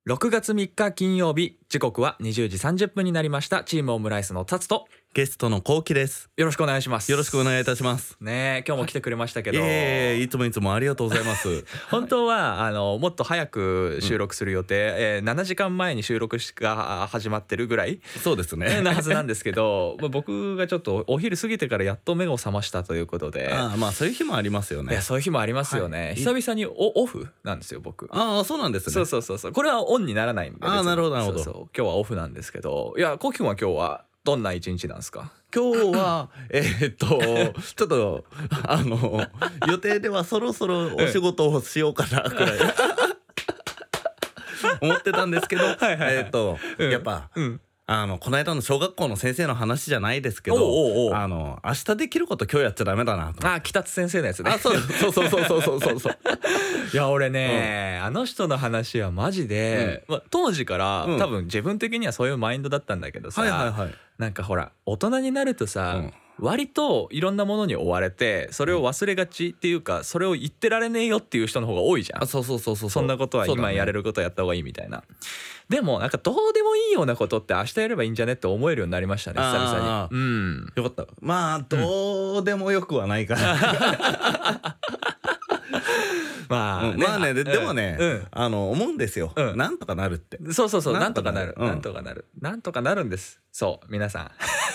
6月3日金曜日、時刻は20時30分になりました。チームオムライスのタツとゲストのコウキです。 よろしくお願いします。 よろしくお願いいたしますね。今日も来てくれましたけど、 いつもありがとうございます本当はもっと早く収録する予定、7時間前に収録が始まってるぐらいそうですねなはずなんですけど僕がちょっとお昼過ぎてからやっと目を覚ましたということで、 まあそういう日もありますよね。 いやそういう日もありますよね、はい、久々にオフなんですよ僕。 そうなんですね。 そうこれはオンにならないんで。 なるほどそう今日はオフなんですけど、いやコウキ君は今日はどんな一日なんですか？ 今日はちょっと予定ではそろそろお仕事をしようかなくらい思ってたんですけど、やっぱ、この間の小学校の先生の話じゃないですけど、明日できること今日やっちゃダメだなと。 北津先生のやつね。 そういや俺ね、あの人の話はマジで、当時から、多分自分的にはそういうマインドだったんだけどさ、なんかほら大人になるとさ、割といろんなものに追われてそれを忘れがちっていうか、それを言ってられねえよっていう人の方が多いじゃん。そんなことは今やれることやった方がいいみたいな。でもなんかどうでもいいようなことって明日やればいいんじゃねって思えるようになりましたね、久々に。 よかった。まあどうでもよくはないからまあね、でもね、思うんですよ、なんとかなるって。 そうなんとかなる、なんとかなるんです。そう皆さん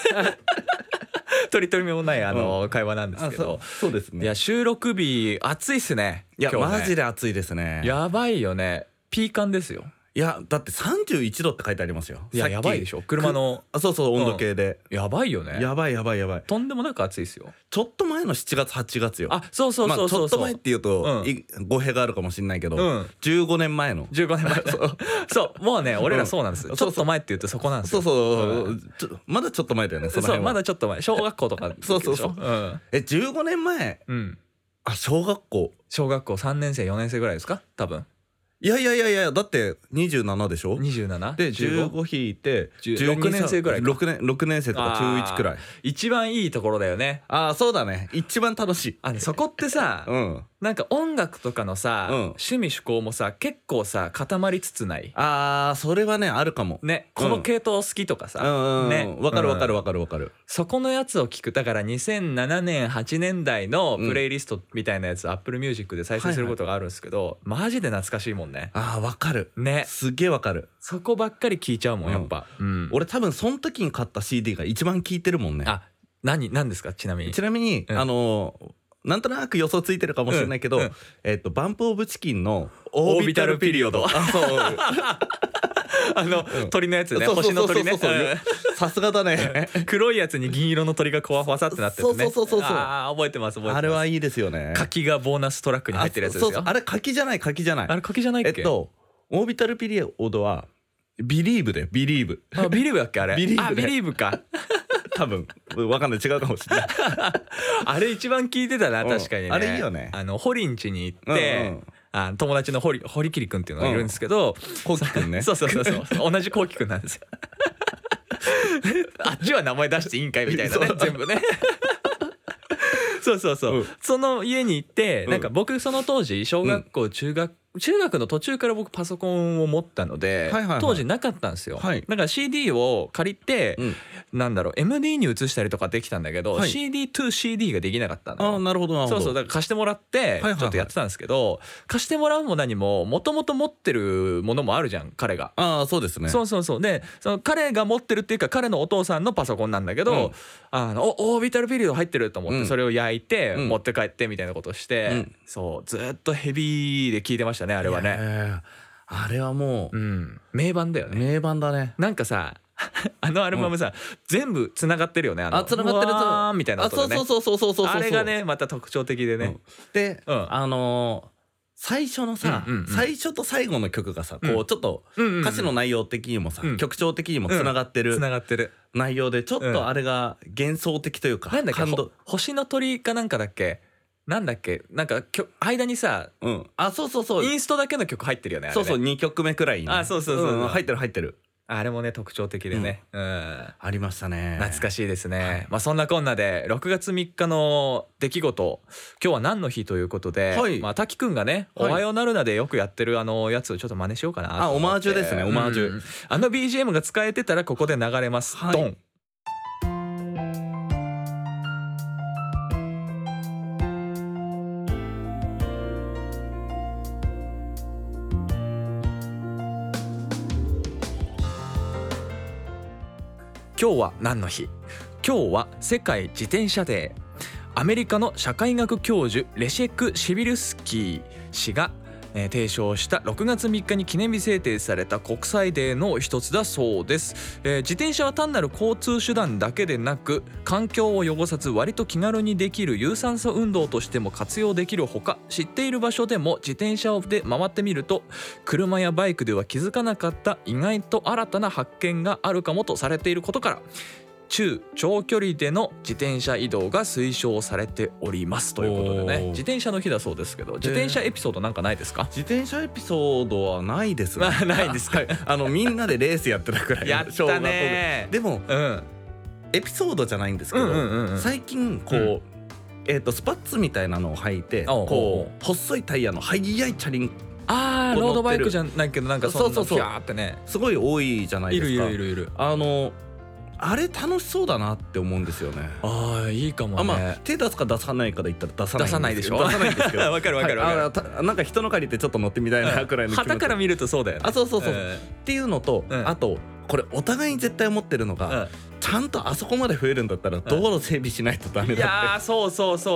取り留めもない会話なんですけど、 そうですね。 いや収録日暑いっすね。 いやマジで暑いですね。 やばいよね。ピーカンですよ。 いやだって31度って書いてありますよ。 いややばいでしょ、車の。 温度計で。 やばいよね。 やばい。 とんでもなく暑いですよ。 ちょっと前の7月8月よ。 そうちょっと前っていうと語弊があるかもしれないけど、15年前の 15年前そうもうね俺らそうなんです。ちょっと前って言うとそこなんですよ。 まだちょっと前だよね。 そうまだちょっと前、小学校とか。 15年前。小学校 3年生4年生ぐらいですか多分。 いやだって27でしょ。 27 で15引いて 6年生ぐらいか。 6年生とか中1くらい。 一番いいところだよね。 そうだね、一番楽しい。 そこってさ、なんか音楽とかのさ、趣味趣向もさ結構さ固まりつつない？ それはねあるかもね。この系統好きとかさ、 ね、わかる。 そこのやつを聞く。だから2007年8年代のプレイリストみたいなやつ、Apple Music で再生することがあるんですけど、マジで懐かしいもんね。 わかるね。 すげえわかる。 そこばっかり聞いちゃうもんやっぱ。 俺多分その時に買った CD が一番聴いてるもんね。 何ですか？ちなみになんとなく予想ついてるかもしれないけど、バンプオブチキンのオービタルピリオド。 鳥のやつね。星の鳥ね。 さすがだね。 黒いやつに銀色の鳥がこわさってなってるね。 そう覚えてます。 あれはいいですよね。 柿がボーナストラックに入ってるやつですよ。 あれ柿じゃない。 あれ柿じゃないっけ？ オービタルピリオドはビリーブでビリーブ。 ビリーブだっけあれ？ ビリーブか。 多分わかんない、違うかもしれないあれ一番聞いてたな、確かにね。あれいいよね。 ホリン家に行って友達の堀切くんっていうのがいるんですけど、 コウキくんね。 そう同じコウキくんなんですよあっちは名前出していいんかいみたいなね、全部ねその家に行って、なんか僕その当時小学校中学の途中から僕パソコンを持ったので、当時なかったんですよ。だから CD を借りて、なんだろう MD に移したりとかできたんだけど、CD to CD ができなかったの。 なるほど。 だから貸してもらってちょっとやってたんですけど、貸してもらうも何ももともと持ってるものもあるじゃん彼が。 そうですね。 でその彼が持ってるっていうか彼のお父さんのパソコンなんだけど、オービタルピリオド入ってると思って、それを焼いて持って帰ってみたいなことをして、ずっとヘビーで聞いてましたねあれはね。 あれはもう名盤だよね。 名盤だね。 なんかさアルバムさ、全部つながってるよね。 つながってるとみたいな音でね。 そうあれがねまた特徴的でね。 で最初のさ、最初と最後の曲がさ、こうちょっと歌詞の内容的にもさ、曲調的にもつながってる内容で、ちょっとあれが幻想的というか、 なんだっけ、星の鳥かなんかだっけ、なんか間にさ、 そうインストだけの曲入ってるよね。 2曲目くらいに。 そう入ってる。 あれもね特徴的でね、 ありましたね。 懐かしいですね。そんなこんなで6月3日の出来事、今日は何の日ということで、滝くんがねおはようなるなでよくやってるやつをちょっと真似しようかな。 オマージュですね、オマージュ。 BGM が使えてたらここで流れます。ドン。今日は何の日？今日は世界自転車デー。アメリカの社会学教授レシェク・シビルスキー氏が提唱した6月3日に記念日制定された国際デーの一つだそうです。自転車は単なる交通手段だけでなく、環境を汚さず割と気軽にできる有酸素運動としても活用できるほか、知っている場所でも自転車で回ってみると車やバイクでは気づかなかった意外と新たな発見があるかもとされていることから、中長距離での自転車移動が推奨されておりますということでね、自転車の日だそうですけど、自転車エピソードなんかないですか？ 自転車エピソードはないですね。 ないですか？ みんなでレースやってたくらい。 やったね。 でも、エピソードじゃないんですけど、最近こう、スパッツみたいなのを履いて、こう細いタイヤの速いチャリン、 ロードバイクじゃないけどなんかそんなピャーってね、 すごい多いじゃないですか。 いる。 あれ楽しそうだなって思うんですよね。 いいかもね。 手出すか出さないかで言ったら出さないでしょ。 出さないんですけど。 わかる。 なんか人の借りてちょっと乗ってみたいなくらいの気持ち。 旗から見るとそうだよね。 そう。っていうのと、あとこれお互いに絶対思ってるのが、ちゃんとあそこまで増えるんだったら道路整備しないとダメだって。いやそう。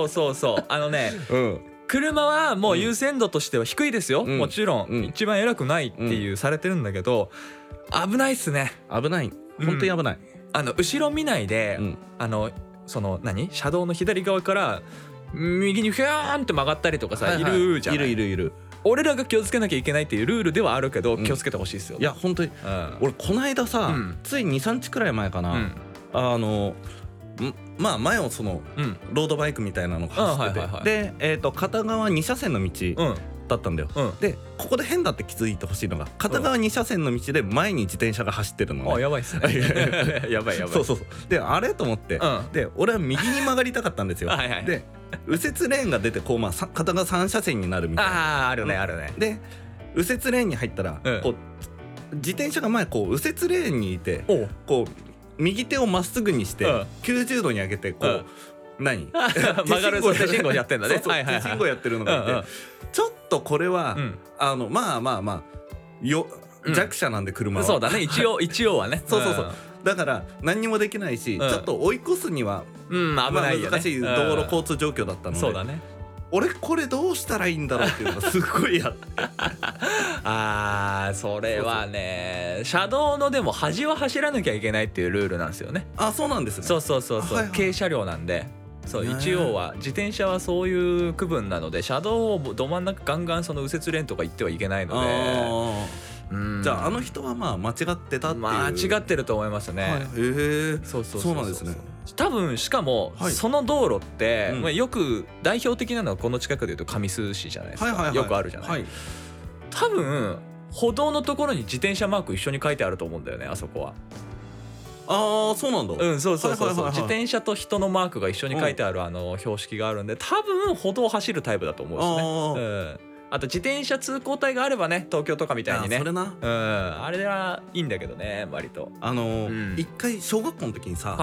車はもう優先度としては低いですよ。もちろん一番偉くないっていうされてるんだけど、危ないっすね。 危ない。本当に危ない。 後ろ見ないで、その車道の左側から右にフィャーンって曲がったりとかさ、いるじゃない。 いる。 俺らが気をつけなきゃいけないっていうルールではあるけど、気をつけてほしいですよ。 いや本当に、俺この間さ、つい 2,3 日くらい前かな、前をそのロードバイクみたいなのが走ってて、で片側2車線の道だったんだよ。でここで変だって気づいてほしいのが、片側2車線の道で前に自転車が走ってるのね。 やばいっすね。やばい。 そう。であれと思って、で俺は右に曲がりたかったんですよ。で右折レーンが出てこう、片側3車線になるみたいな。 あるね。 で右折レーンに入ったら、こう自転車が前こう右折レーンにいて、こう右手をまっすぐにして90度に上げてこう、曲がる手信号やってんだね。 手信号やってるのがいて、ちょっとこれは弱者なんで車は。 そうだね、一応はね。 そうだから何にもできないし、ちょっと追い越すには危ないよね。 難しい道路交通状況だったので、 そうだね。 俺これどうしたらいいんだろうっていうのがすごいあってそれはね、車道のでも端は走らなきゃいけないっていうルールなんですよね。 そうなんですね。 そう、軽車両なんで。そう一応は自転車はそういう区分なので、車道をど真ん中ガンガンその右折レーンとか行ってはいけないので、 じゃあ人は間違ってたっていう。 間違ってると思いますね。 そうなんですね。 多分しかもその道路って、よく代表的なのはこの近くでいうと神栖市じゃないですか。よくあるじゃない。多分歩道のところに自転車マーク一緒に書いてあると思うんだよね、あそこは。 そうなんだ。 そう。自転車と人のマークが一緒に書いてある標識があるんで、多分歩道を走るタイプだと思うんですね。あと自転車通行帯があればね、東京とかみたいにね。 それな。 あれはいいんだけどね、割と。 一回小学校の時にさ、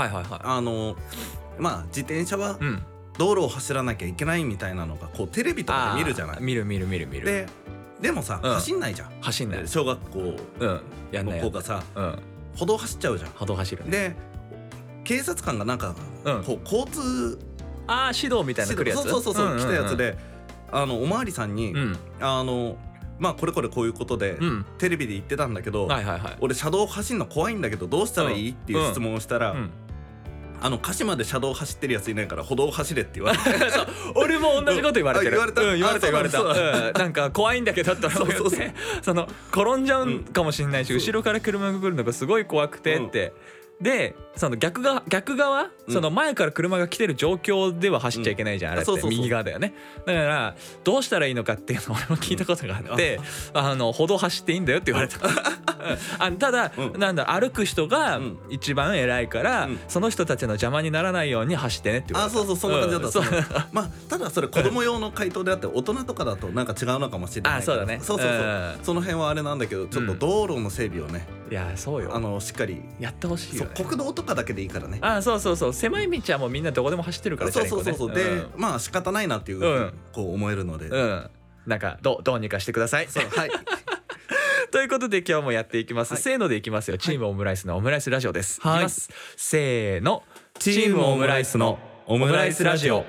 自転車は道路を走らなきゃいけないみたいなのがこうテレビとかで見るじゃない。 見る。 でもさ、走んないじゃん。 走んない。 小学校の子がさ、歩道走っちゃうじゃん。 歩道走る。 で警察官がなんかこう交通指導みたいな来るやつ。 そう来たやつで、おまわりさんにこれこういうことでテレビで言ってたんだけど、俺車道走るの怖いんだけどどうしたらいいっていう質問をしたら、鹿島で車道走ってるやついないから歩道走れって言われてそう、俺も同じこと言われてる。言われた。なんか怖いんだけどって思ってその転んじゃうかもしれないし、後ろから車が来るのがすごい怖くてって、でその逆側、その前から車が来てる状況では走っちゃいけないじゃん、あれって右側だよね。だからどうしたらいいのかっていうのを俺も聞いたことがあって、歩道走っていいんだよって言われた。 ただ、なんだ歩く人が一番偉いから、その人たちの邪魔にならないように走ってねって言われた。 そうそんな感じだった。まあただそれ子供用の回答であって、大人とかだとなんか違うのかもしれないけど。 そうだね。 そうその辺はあれなんだけど、ちょっと道路の整備をね、 いやそうよ、 しっかりやってほしいよね。 国道とかだけでいいからね。 そう狭い道はもうみんなどこでも走ってるから。 そうで、まあ仕方ないなっていうこう思えるので、 なんかどうにかしてください。 はいということで今日もやっていきます。せーのでいきますよ。チームオムライスのオムライスラジオです。いきます。せーの、チームオムライスのオムライスラジオ。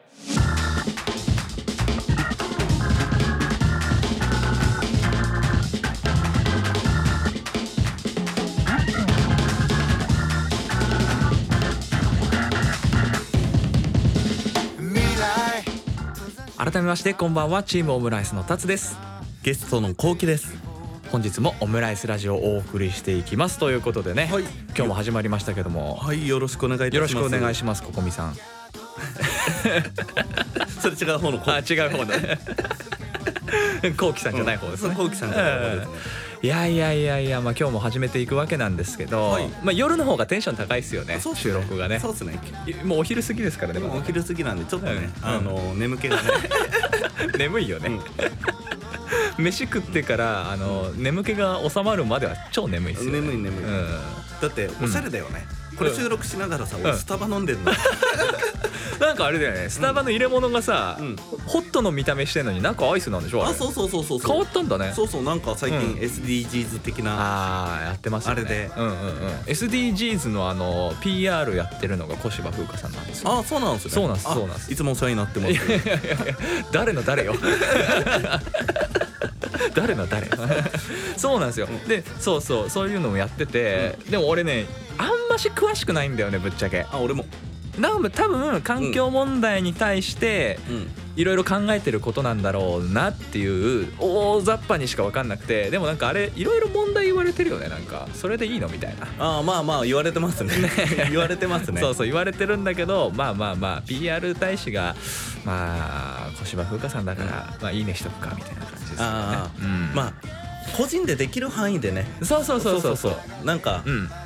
改めましてこんばんは、チームオムライスのタツです。 ゲストのコウキです。 本日もオムライスラジオをお送りしていきますということでね、今日も始まりましたけども、 よろしくお願いいたします。 よろしくお願いします。ここみさんそれ違う方の違う方ねコウキさんじゃない方ですね。 コウキさんじゃない方ですね。 いや、まあ今日も始めていくわけなんですけど、まあ夜の方がテンション高いですよね。収録がね。 そうですね。 もうお昼過ぎですからね。 もうお昼過ぎなんでちょっとね、眠気がね眠いよね。飯食ってから眠気が収まるまでは超眠いですよね。 眠い。だっておしゃれだよね。これ収録しながらさ、俺スタバ飲んでるの。 なんかあれだよね、スタバの入れ物がさ、ホットの見た目してんのになんかアイスなんでしょ。 そう変わったんだね。 そうなんか最近 SDGs 的なやってますよね。 あれで SDGs のPR やってるのが小芝風花さんなんですよ。 そうなんですね。 そうなんです。 いつもお世話になってます。 誰の誰よ誰そうなんですよ。でそういうのもやってて、でも俺ねあんまし詳しくないんだよね、ぶっちゃけ。 俺も多分環境問題に対していろいろ考えてることなんだろうなっていう大雑把にしか分かんなくて、でもなんかあれいろいろ問題言われてるよね。なんかそれでいいのみたいな。 まあ言われてますね言われてますね。 そう言われてるんだけど、まあ PR 大使が小芝風花さんだからいいねしとくかみたいな感じですよね。 まあ個人でできる範囲でね。 そうなんか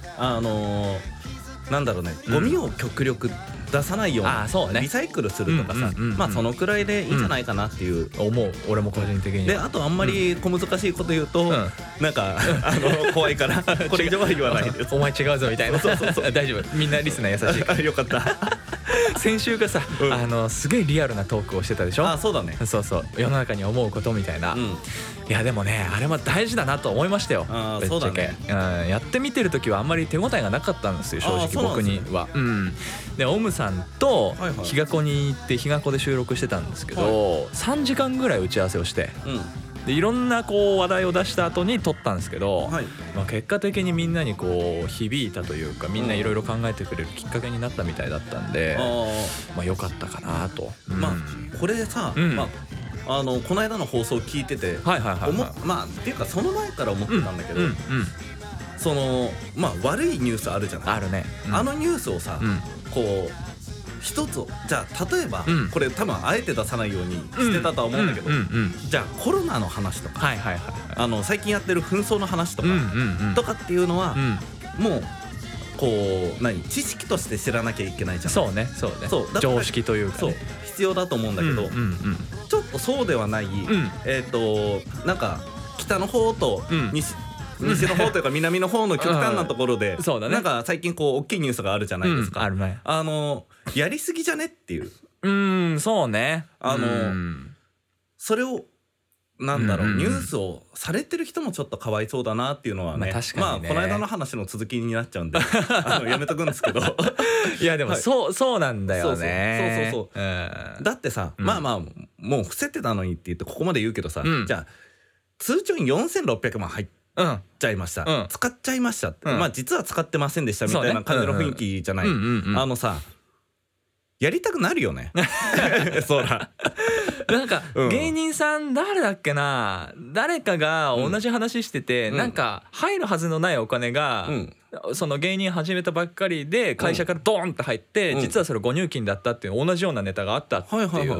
なんだろうね、ゴミを極力出さないようにリサイクルするとかさ、まあそのくらいでいいんじゃないかなっていう思う。俺も個人的に。 であとあんまり小難しいこと言うとなんか怖いからこれ以上は言わないです。 お前違うぞみたいな。大丈夫、みんなリスナー優しいからよかった先週がさすげえリアルなトークをしてたでしょ。 そうだね。 そう世の中に思うことみたいな。いやでもね、あれも大事だなと思いましたよ。ぶっちゃけやってみてる時はあんまり手応えがなかったんですよ、正直僕には。でオムさんと日が子に行って日が子で収録してたんですけど、3時間ぐらい打ち合わせをして、でいろんな話題を出した後に撮ったんですけど、結果的にみんなに響いたというか、みんないろいろ考えてくれるきっかけになったみたいだったんで、良かったかなと。 これでさ、この間の放送聞いててっていうかその前から思ってたんだけど、悪いニュースあるじゃない。 あるね。 あのニュースをさ、こう一つじゃあ例えばこれ多分あえて出さないようにしてたとは思うんだけど、じゃあコロナの話とか最近やってる紛争の話とかっていうのはもう知識として知らなきゃいけないじゃん。 そうね常識というかね、 必要だと思うんだけど、ちょっとそうではない、なんか北の方と西の方というか南の方の極端なところでなんか最近大きいニュースがあるじゃないですか。 あるね。 やりすぎじゃねっていう。 そうね。 それをなんだろう、ニュースをされてる人もちょっとかわいそうだなっていうのはね。この間の話の続きになっちゃうんでやめとくんですけどいやでもそうなんだよね。 だってさ、もう伏せてたのにって言ってここまで言うけどさ、じゃあ通帳に4600万入っちゃいました、使っちゃいましたって、実は使ってませんでしたみたいな感じの雰囲気じゃない。さやりたくなるよねそうだなんか芸人さん誰だっけな、誰かが同じ話してて、なんか入るはずのないお金がその芸人始めたばっかりで会社からドーンって入って、実はそれ誤入金だったっていう同じようなネタがあったっていう、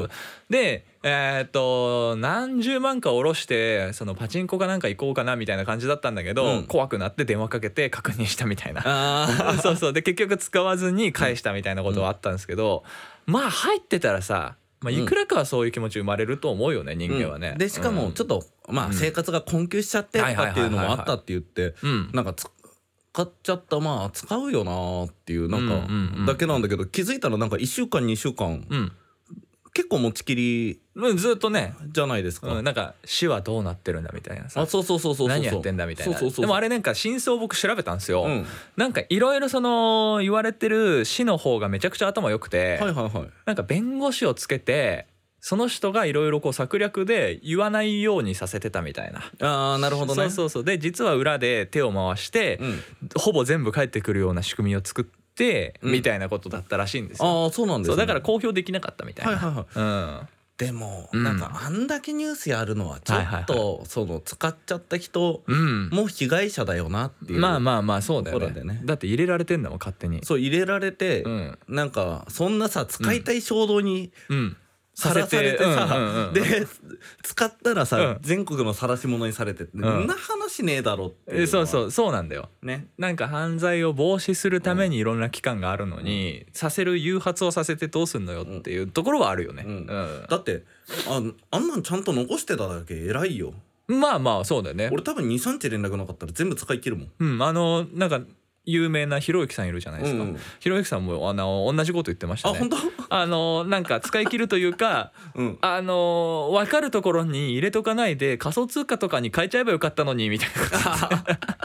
で何十万か下ろしてそのパチンコかなんか行こうかなみたいな感じだったんだけど、怖くなって電話かけて確認したみたいなそうそう、で結局使わずに返したみたいなことはあったんですけど、まあ入ってたらさ、まあ、いくらかはそういう気持ち生まれると思うよね、人間はね。 でしかもちょっとまあ生活が困窮しちゃってとかっていうのもあったって言って、なんか使っちゃった、まあ使うよなっていうなんかだけなんだけど、気づいたらなんか1週間2週間結構持ちきりずっとねじゃないですか。 なんか死はどうなってるんだみたいなさ、 そう何やってんだみたいな。でもあれなんか真相僕調べたんですよ。なんかいろいろその言われてる死の方がめちゃくちゃ頭良くて、なんか弁護士をつけてその人がいろいろこう策略で言わないようにさせてたみたいな。 なるほどね。 そうで実は裏で手を回して、ほぼ全部返ってくるような仕組みを作ってみたいなことだったらしいんですよ。 そうなんですね。 だから公表できなかったみたいな。 でもなんかあんだけニュースやるのはちょっとその使っちゃった人も被害者だよなっていう。 まあそうだよね。だって入れられてんだもん勝手に。 そう入れられて、なんかそんなさ使いたい衝動にさらされてさ、で使ったらさ全国の晒し者にされて、そんな話ねえだろっていう。 そうなんだよね。なんか犯罪を防止するためにいろんな機関があるのに、させる誘発をさせてどうすんのよっていうところはあるよね。 だってあんなんちゃんと残してただけ偉いよ。 まあそうだよね。 俺多分 2,3 日連絡なかったら全部使い切るもん。 なんか有名なひろゆきさんいるじゃないですか。ひろゆきさんも同じこと言ってましたね。 本当？ なんか使い切るというか、分かるところに入れとかないで仮想通貨とかに変えちゃえばよかったのにみたいな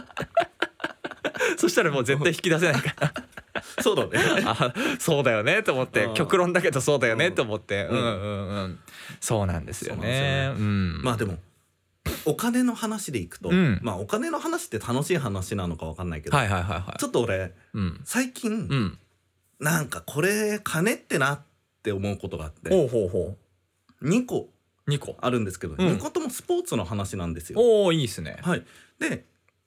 そしたらもう絶対引き出せないからそうだねそうだよねと思って、極論だけどそうだよねと思って、そうなんですよね。 まあでもお金の話でいくと、まあお金の話って楽しい話なのか分かんないけど、ちょっと俺、最近、なんかこれ金ってなって思うことがあって、2個あるんですけど、2個ともスポーツの話なんですよ。 いいっすね。 で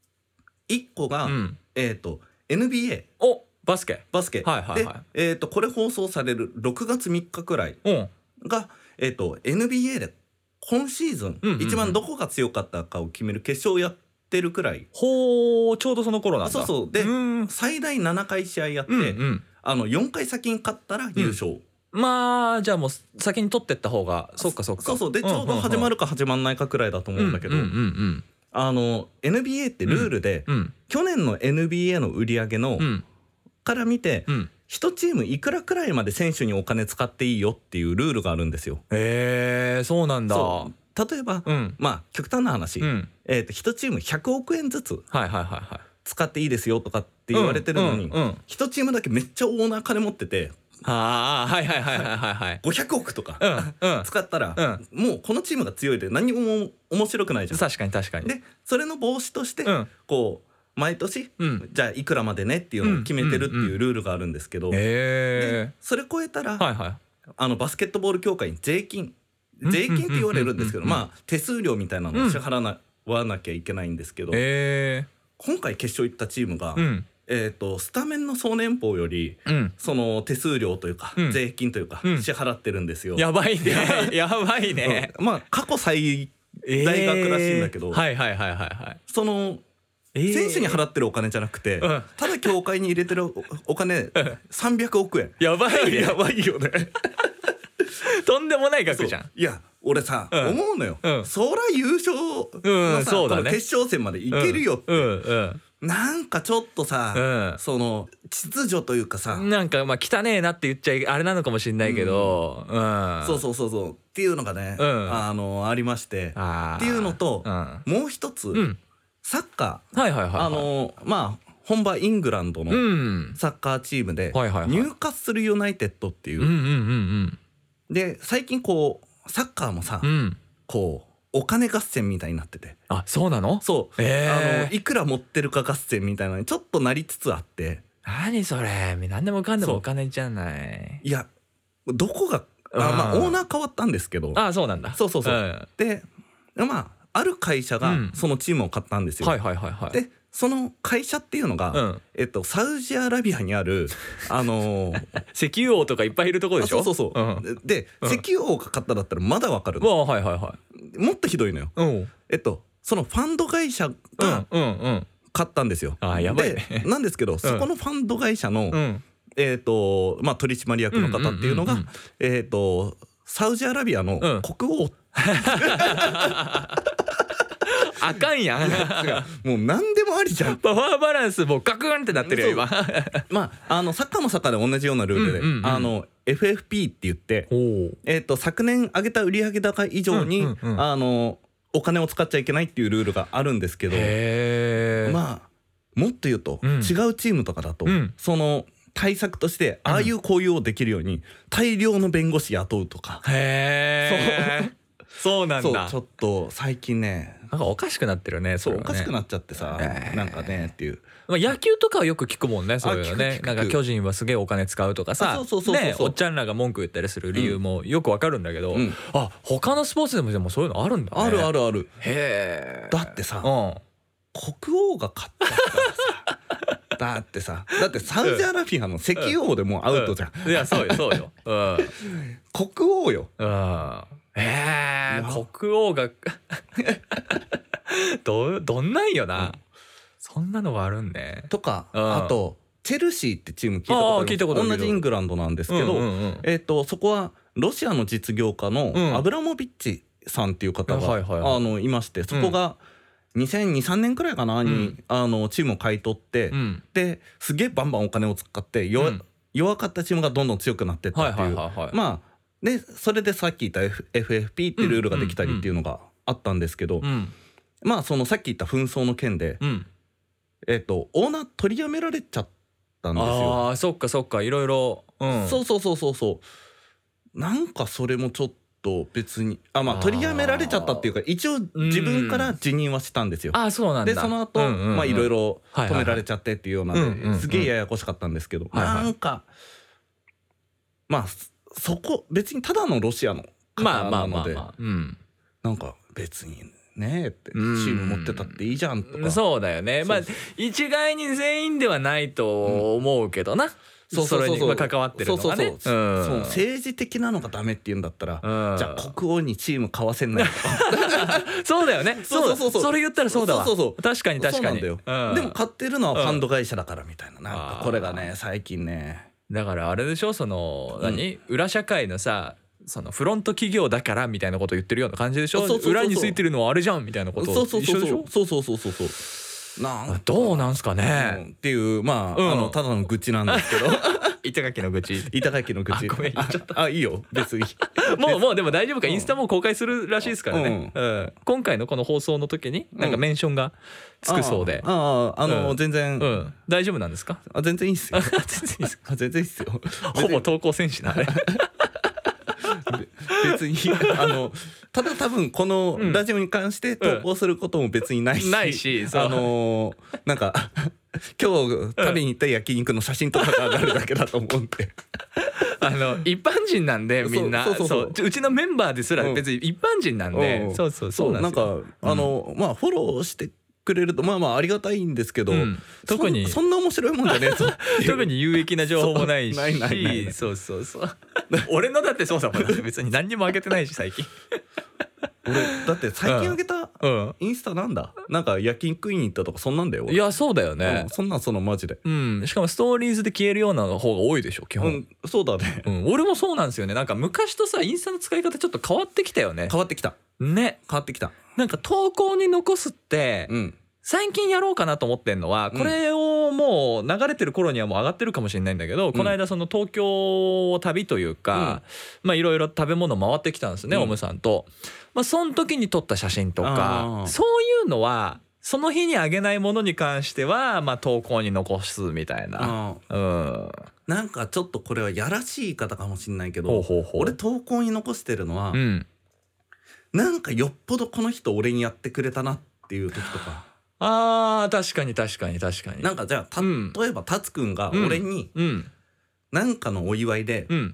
1個が、NBA バスケで、これ放送される6月3日くらいが、NBA で今シーズン一番どこが強かったかを決める決勝をやってるくらい。 ちょうどその頃なんだ。 そうで最大7回試合やって、4回先に勝ったら優勝。 まあじゃあもう先に取ってった方がそうかでちょうど始まるか始まんないかくらいだと思うんだけど、NBA ってルールで去年の NBA の売り上げのから見て1チームいくらくらいまで選手にお金使っていいよっていうルールがあるんですよ。 そうなんだ。 例えば、まあ極端な話、1チーム100億円ずつ使っていいですよとかって言われてるのに、1チームだけめっちゃオーナー金持ってて、500億とか使ったら、もうこのチームが強いで何も面白くないじゃん。 確かに。 でそれの防止として、こう毎年、じゃあいくらまでねっていうのを決めてるっていうルールがあるんですけど、でそれ超えたら、バスケットボール協会に税金って言われるんですけど、まあ手数料みたいなのを支払わなきゃいけないんですけど、今回決勝行ったチームが、スタメンの総年俸より、その手数料というか、税金というか、支払ってるんですよ。 やばいねまあ過去最大額らしいんだけど、その選手に払ってるお金じゃなくて、ただ協会に入れてるお金300億円。 やばいよねとんでもない額じゃん。 いや俺さ、思うのよ、そら優勝のさ、この決勝戦までいけるよって、なんかちょっとさ、その秩序というかさ、 なんかまあ汚ねえなって言っちゃあれなのかもしれないけど、 そうっていうのがね、ありまして、っていうのと、もう一つ、サッカー、まあ本場イングランドのサッカーチームでニューカッスルユナイテッドっていう、で最近こうサッカーもさ、こうお金合戦みたいになってて。 そうなの？ そう、いくら持ってるか合戦みたいなのにちょっとなりつつあって。 何それ、何でもかんでもお金じゃない。 いやどこがまあオーナー変わったんですけど。 そうなんだ。 そう、でまあある会社がそのチームを買ったんですよ。でその会社っていうのが、サウジアラビアにある石油王とかいっぱいいるところでしょ。 そうそうそう、で、石油王が買っただったらまだわかるの。 はいはいはい。 もっとひどいのよ。そのファンド会社が買ったんですよ。 やばいね。 でなんですけど、そこのファンド会社の取締役の方っていうのがサウジアラビアの国王あかんやん。 もう何でもありじゃん。 パワーバランスもうガクンってなってるよ今。 まあサッカーもサッカーで同じようなルールで、FFP って言って、昨年上げた売上高以上にお金を使っちゃいけないっていうルールがあるんですけど、まあもっと言うと、違うチームとかだと、その対策としてああいうこういうをできるように大量の弁護士雇うとか。 そうなんだ。 ちょっと最近ね、 なんかおかしくなってるね。 そうおかしくなっちゃってさ、なんかねっていう。 野球とかはよく聞くもんね、そういうのね。なんか巨人はすげえお金使うとかさ、ね、おっちゃんらが文句言ったりする理由もよくわかるんだけど、他のスポーツでもそういうのあるんだね。 あるあるある。 へえ。 だってさ、国王が勝ったからさだってサウジアラビアの石油王でもうアウトじゃん。 いやそうよそうよ。 国王よ。 国王がどんなんよな。そんなのがあるんね。 とか、あとチェルシーってチーム聞いたことある。同じイングランドなんですけど、そこはロシアの実業家のアブラモビッチさんっていう方がいまして、そこが2002、3年くらいかなにチームを買い取って、ですげえバンバンお金を使って弱かったチームがどんどん強くなってったっていう、まあでそれでさっき言った FFP っていうルールができたりっていうのがあったんですけど、まあそのさっき言った紛争の件で、オーナー取りやめられちゃったんですよ。 そっかそっか、いろいろ。 そうなんかそれもちょっと別に取りやめられちゃったっていうか、一応自分から辞任はしたんですよ。 そうなんだ。 でその後いろいろ止められちゃってっていうようなすげえややこしかったんですけど、なんかまあそこ別にただのロシアの方なので、なんか別にねってチーム持ってたっていいじゃんとか。 そうだよね。まあ一概に全員ではないと思うけどな。それに関わってるのがね。 そう政治的なのがダメって言うんだったら、じゃあ国王にチーム買わせんないとか。 そうだよね。それ言ったらそうだわ。確かに確かに。でも買ってるのはファンド会社だからみたいな、なんかこれがね最近ね。 だからあれでしょ、その裏社会のさ、そのフロント企業だからみたいなことを言ってるような感じでしょ。裏についてるのはあれじゃんみたいなことを一緒でしょ。 そうどうなんすかねっていう、ただの愚痴なんですけど。 板垣の愚痴。 ごめん言っちゃった。いいよ別に。 もうでも大丈夫か。インスタも公開するらしいですからね。今回のこの放送の時になんかメンションがつくそうで。 全然大丈夫なんですか。 全然いいっすよ。全然いいっすよ。 ほぼ投稿戦士なあれ。 別にただ多分このラジオに関して投稿することも別にないし、なんか今日食べに行った焼肉の写真とかが上がるだけだと思うんで。 一般人なんでみんな。うちのメンバーですら別に一般人なんで。そうなんかフォローしてくれるとありがたいんですけど、 特にそんな面白いもんじゃねえぞ。 特に有益な情報もないし。そう俺のだってそうだもん。別に何にもあげてないし最近。 俺だって最近あげたインスタなんだ、なんか焼肉食いに行ったとかそんなんだよ。 いやそうだよね。 そんなんマジで。 しかもストーリーズで消えるような方が多いでしょ基本。 そうだね。 俺もそうなんですよね。なんか昔とさインスタの使い方ちょっと変わってきたよね。 変わってきた。 なんか投稿に残すって、最近やろうかなと思ってんのは、これをもう流れてる頃にはもう上がってるかもしれないんだけど、この間その東京旅というか、いろいろ食べ物回ってきたんですね、オムさんと。その時に撮った写真とか、そういうのはその日にあげないものに関しては投稿に残すみたいな。 なんかちょっとこれはやらしい言い方かもしれないけど、俺投稿に残してるのは、なんかよっぽどこの人俺にやってくれたなっていう時とか。 確かになんかじゃあ例えばタツくんが俺になんかのお祝いで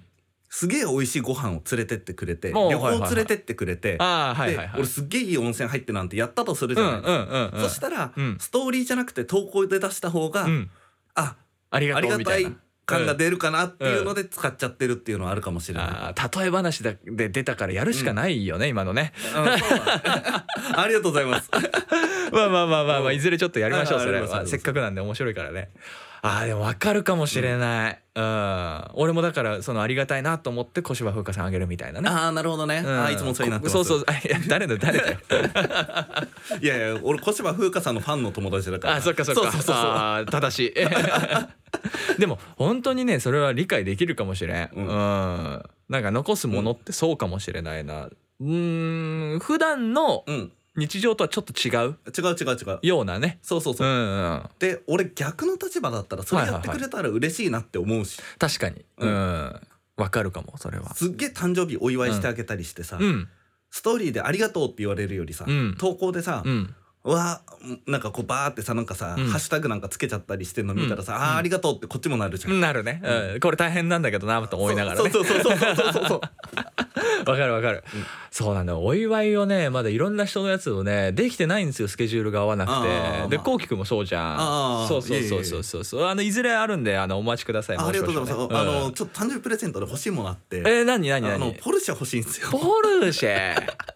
すげえ美味しいご飯を連れてってくれて、旅行を連れてってくれて、で俺すっげえいい温泉入ってなんてやったとするじゃないですか。そしたらストーリーじゃなくて投稿で出した方が、ありがたい感が出るかなっていうので使っちゃってるっていうのはあるかもしれない。 例え話で出たからやるしかないよね、今のね。 ありがとうございます。 まあいずれちょっとやりましょう。それはせっかくなんで面白いからね。でも分かるかもしれない。俺もだからそのありがたいなと思って小芝風花さんあげるみたいなね。 なるほどね。いつもそうになってます。 そうそう。誰だいや俺小芝風花さんのファンの友達だから。 そっか正しい。でも本当にねそれは理解できるかもしれん。なんか残すものってそうかもしれないな。普段の日常とはちょっと違うようなね。 そうで俺逆の立場だったらそれやってくれたら嬉しいなって思うし。 確かにわかるかも。それはすっげえ誕生日お祝いしてあげたりしてさ、ストーリーでありがとうって言われるよりさ、投稿でさなんかこうバーってさなんかさハッシュタグなんかつけちゃったりしてるの見たらさありがとうってこっちもなるじゃん。 なるね。これ大変なんだけどなと思いながらね。そうわかる。そうなんだ。お祝いをねまだいろんな人のやつをねできてないんですよ。スケジュールが合わなくて。でこうきくんもそうじゃん。そういずれあるんでお待ちください。 ありがとうございます。ちょっと誕生日プレゼントで欲しいものあって。 何ポルシェ欲しいんですよ。 ポルシェ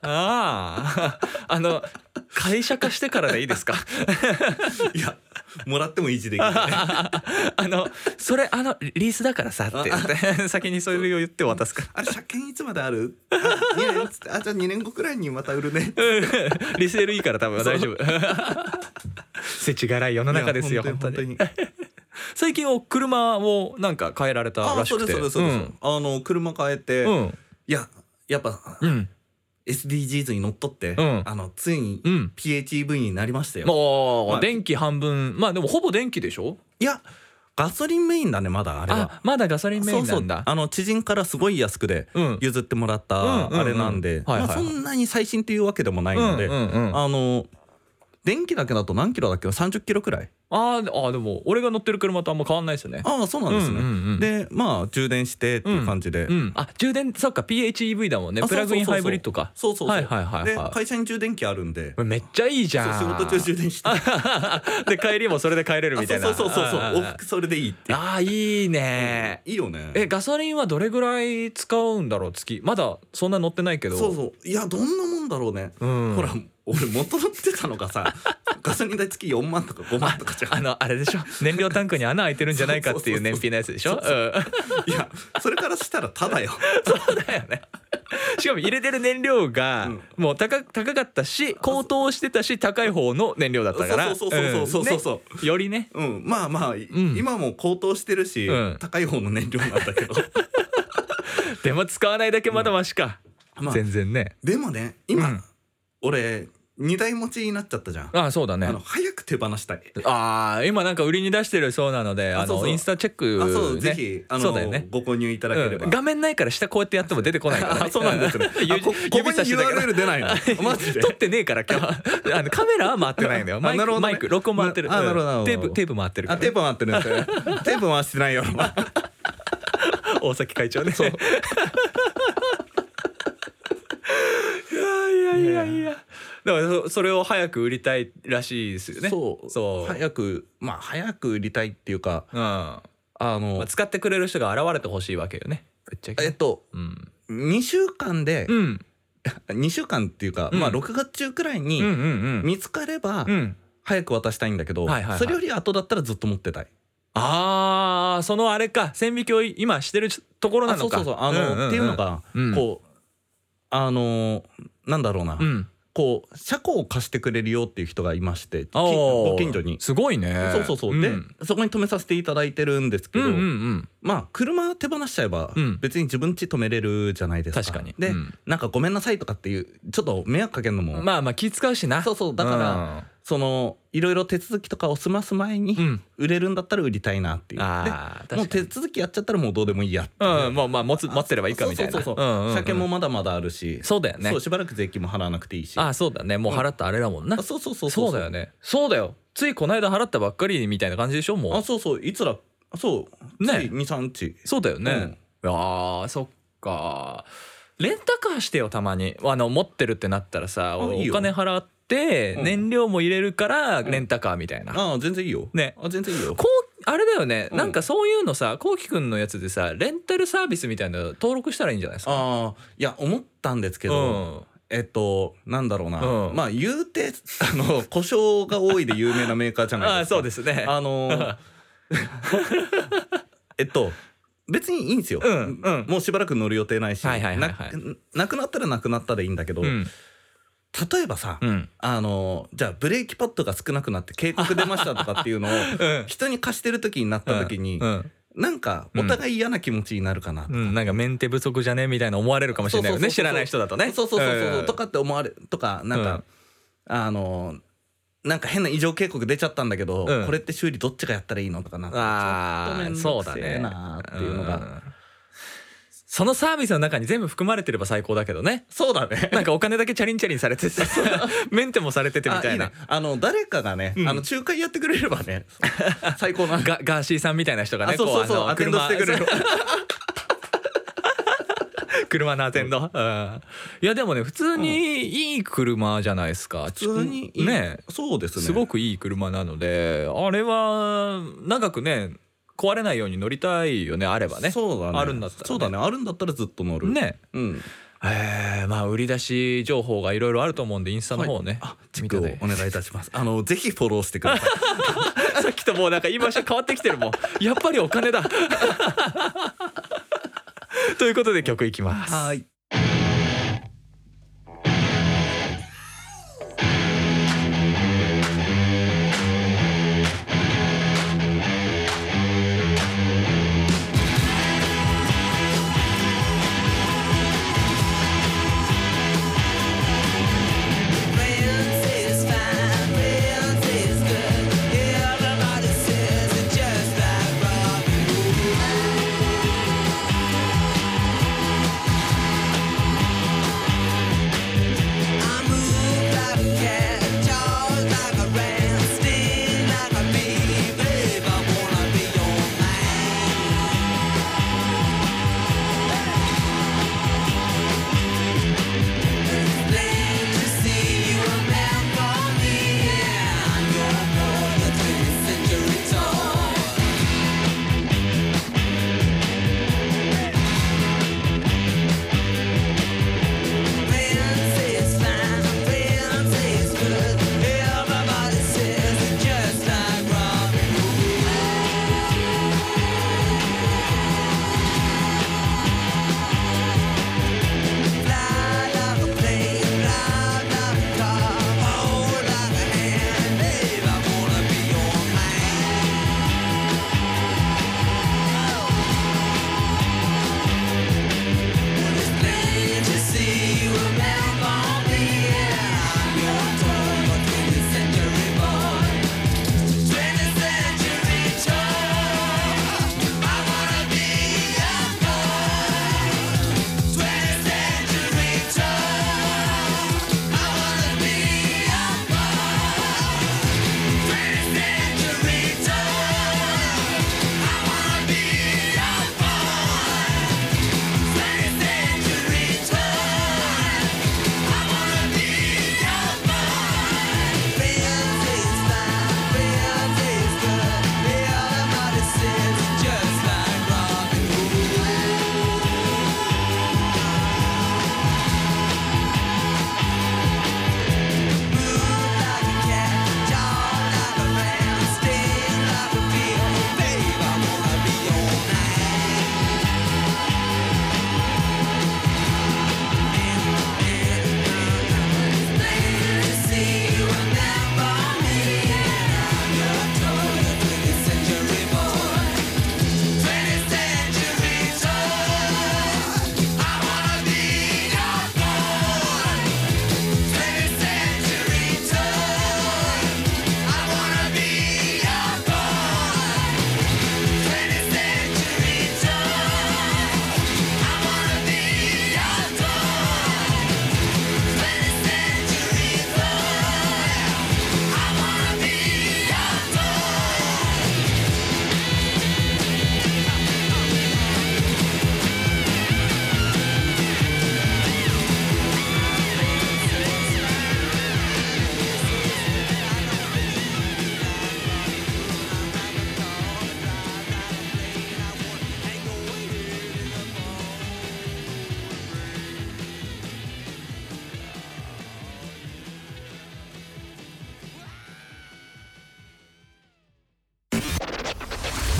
会社化してからでいいですか？ いやもらっても維持できる。 それリースだからさって言って先にそれを言って渡すから。 あれ車検いつまである？2年っつってじゃあ2年後くらいにまた売るね。 リセールいいから多分大丈夫。世知辛い世の中ですよ本当に。最近車をなんか変えられたらしくて。そうです。 車変えて、いややっぱSDGs にのっとって、ついに PHEV になりましたよ。 電気半分。でもほぼ電気でしょ？ いやガソリンメインだねまだあれは。 まだガソリンメインなんだ。 知人からすごい安くで譲ってもらったあれなんで、そんなに最新っていうわけでもないので、電気だけだと何キロだっけ？30キロくらい。 でも俺が乗ってる車とあんま変わんないですよね。 そうなんですね。で充電してっていう感じで。 充電そっか PHEV だもんね。プラグインハイブリッドか。 そう。で会社に充電器あるんで。 めっちゃいいじゃん。 仕事中充電して。 で帰りもそれで帰れるみたいな。 そう往復それでいいって。 いいね。 いいよね。 ガソリンはどれぐらい使うんだろう月。まだそんな乗ってないけど。 いやどんなもんだろうね。ほら俺元乗ってたのがさガソリン代月4万とか5万とかじゃん。 あれでしょ燃料タンクに穴開いてるんじゃないかっていう燃費のやつでしょ。 いやそれからしたらただよ。 そうだよね。しかも入れてる燃料がもう高かったし高騰してたし高い方の燃料だったから。そうよりね。 今も高騰してるし高い方の燃料なんだけど。 でも使わないだけまだマシか。全然ね。 でもね今俺2台持ちになっちゃったじゃん。 そうだね。 早く手放したい。 今なんか売りに出してるそうなのでインスタチェックぜひそうだよねご購入いただければ。 画面ないから下こうやってやっても出てこないから。 そうなんですね。ここに URL 出ないの？マジで撮ってねえから今日カメラは回ってないんだよ。マイク録音回ってる。テープ回ってる。 テープ回ってるんですね。テープ回してないよ。 大崎会長ね。いやだからそれを早く売りたいらしいですよね。 そう早く売りたいっていうか使ってくれる人が現れてほしいわけよね。 2週間で2週間っていうか6月中くらいに見つかれば早く渡したいんだけど、それより後だったらずっと持ってたい。 そのあれか線引きを今してるところなのか。 っていうのがこうなんだろうな、こう車庫を貸してくれるよっていう人がいまして、ご近所に。 すごいね。 でそこに止めさせていただいてるんですけど、車手放しちゃえば別に自分家止めれるじゃないですか。 確かに。 でなんかごめんなさいとかっていうちょっと迷惑かけるのも気使うしな。 だからいろいろ手続きとかを済ます前に売れるんだったら売りたいなっていう。もう手続きやっちゃったらもうどうでもいいやって。 待ってればいいかみたいな。 車検もまだまだあるし。 そうだよね。 しばらく税金も払わなくていいし。 そうだね。もう払ったあれだもんな。そうだよね。そうだよ。ついこの間払ったばっかりみたいな感じでしょもう。 いつらつい 2,3 日。 そうだよね。そっか。レンタカーしてよたまに持ってるってなったらさ、お金払って燃料も入れるからレンタカーみたいな。 ああ全然いいよね。 全然いいよ。 あれだよね、なんかそういうのさ、こうきくんのやつでさレンタルサービスみたいなの登録したらいいんじゃないですか。 ああいや思ったんですけど、なんだろうな、まあ言うて故障が多いで有名なメーカーじゃないですか。 そうですね。 別にいいんですよ、もうしばらく乗る予定ないし、なくなったらなくなったでいいんだけど、例えばさ、じゃあブレーキパッドが少なくなって警告出ましたとかっていうのを人に貸してる時になった時に、なんかお互い嫌な気持ちになるかなとか、 なんかメンテ不足じゃねみたいな思われるかもしれないよね、知らない人だとね。 そうとかって思われるとか、なんかなんか変な異常警告出ちゃったんだけど、これって修理どっちがやったらいいのとかな、ちょっと面倒くせえなっていうのが、 そのサービスの中に全部含まれてれば最高だけどね。 そうだね。 なんかお金だけチャリンチャリンされててメンテもされててみたいな。 誰かがね、仲介やってくれればね最高な。 ガーシーさんみたいな人がね、 アテンドしてくれる。 車のアテンド。いやでもね、普通にいい車じゃないですか。 普通にね、 そうですね。 すごくいい車なので、あれは長くね壊れないように乗りたいよね、あればね。 そうだね。 あるんだったらね。 そうだね。あるんだったらずっと乗る。 ね。まあ売り出し情報がいろいろあると思うんで、インスタの方ね、 チェックをお願いいたします。ぜひフォローしてください。 さっきともうなんか言い回し変わってきてるもん。やっぱりお金だ。ということで曲いきます。 はい。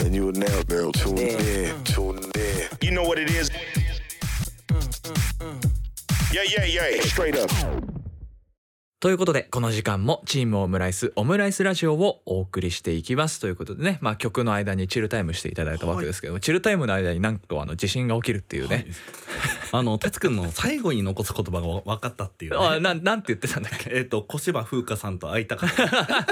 And you are now tuned in. You know what it is. Yeah. Straight up. ということでこの時間もチームオムライスラジオをお送りしていきますということでね、まあ、曲の間にチルタイムしていただいたわけですけど、チルタイムの間になんと地震が起きるっていうね、 哲くんの最後に残す言葉が分かったっていう、ね、 なんて言ってたんだっけ。 小芝風花さんと会いたかった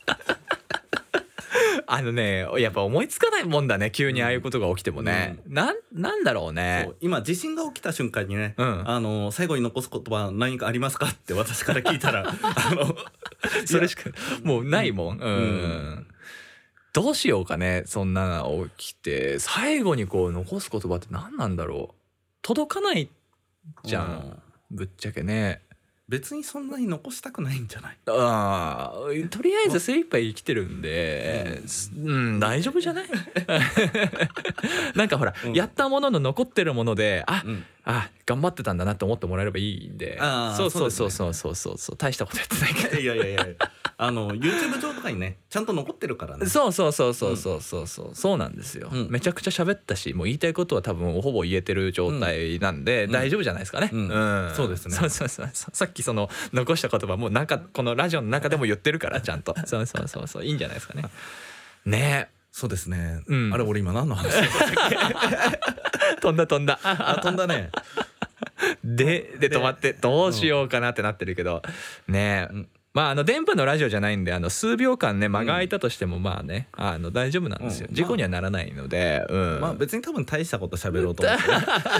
やっぱ思いつかないもんだね、急にああいうことが起きてもね、なんだろうね。 そう今地震が起きた瞬間にね、最後に残す言葉何かありますかって私から聞いたらそれしかもうないもん。どうしようかね、そんなの起きて最後に残す言葉って何なんだろう。届かないじゃん、ぶっちゃけね。 別にそんなに残したくないんじゃない？ とりあえず精一杯生きてるんで、大丈夫じゃない？なんかほら、やったものの残ってるもので頑張ってたんだなって思ってもらえればいいんで。そう大したことやってないけど。 いやYouTube 上とかにねちゃんと残ってるからね。 そうなんですよ、めちゃくちゃ喋ったし、もう言いたいことは多分ほぼ言えてる状態なんで、大丈夫じゃないですかね。 そうですね。 さっきその残した言葉もうこのラジオの中でも言ってるからちゃんとそういいんじゃないですかね。ね。 そうですね、あれ俺今何の話だったっけ飛んだ飛んだねで止まってどうしようかなってなってるけどね。まあ電波のラジオじゃないんで数秒間ね間が空いたとしてもまあね大丈夫なんですよ。事故にはならないので、 まあ別に多分大したこと喋ろうと思って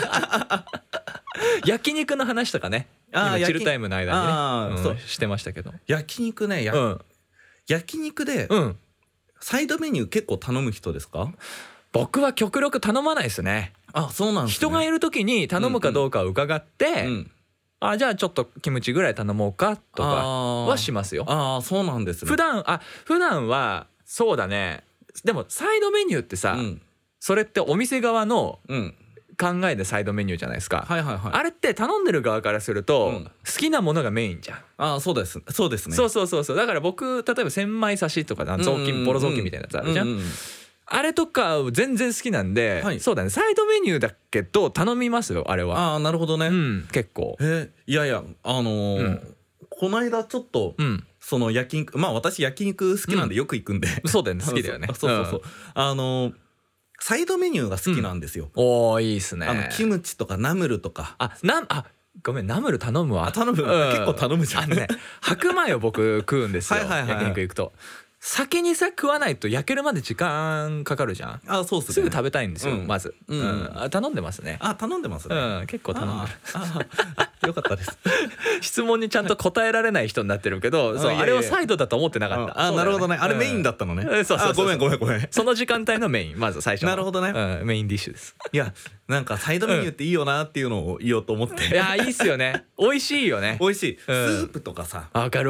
焼肉の話とかね今チルタイムの間にねしてましたけど、 焼肉ね焼肉でサイドメニュー結構頼む人ですか？ 僕は極力頼まないですね。 そうなんですね。 人がいる時に頼むかどうかを伺ってじゃあちょっとキムチぐらい頼もうかとかはしますよ。 そうなんですね。 普段はそうだね。でもサイドメニューってさ、それってお店側の考えでサイドメニューじゃないですか。あれって頼んでる側からすると好きなものがメインじゃん。 そうですね。 そうだから僕例えば千枚刺しとかボロ雑巾みたいなやつあるじゃん。あれとか全然好きなんで、そうだね、サイドメニューだけど頼みますよあれは。 なるほどね。 結構。 いやこの間ちょっとその焼肉、私焼肉好きなんでよく行くんで、 そうだよね、好きだよね。 そうサイドメニューが好きなんですよ。 いいっすね。 キムチとかナムルとか。 ごめん、ナムル頼むわ。 結構頼むじゃん。 白米を僕食うんですよ。焼肉行くと先にさ食わないと焼けるまで時間かかるじゃん。 そうっすね。 すぐ食べたいんですよ、まず。頼んでますね。 頼んでますね。 結構頼んでる。よかったです。 質問にちゃんと答えられない人になってるけど、あれをサイドだと思ってなかった。 なるほどね。あれメインだったのね。ごめん。 その時間帯のメイン、まず最初の。 なるほどね。 メインディッシュです。 いやなんかサイドメニューっていいよなっていうのを言おうと思って。 いやいいっすよね。美味しいよね。 美味しい。スープとかさ。 わかる。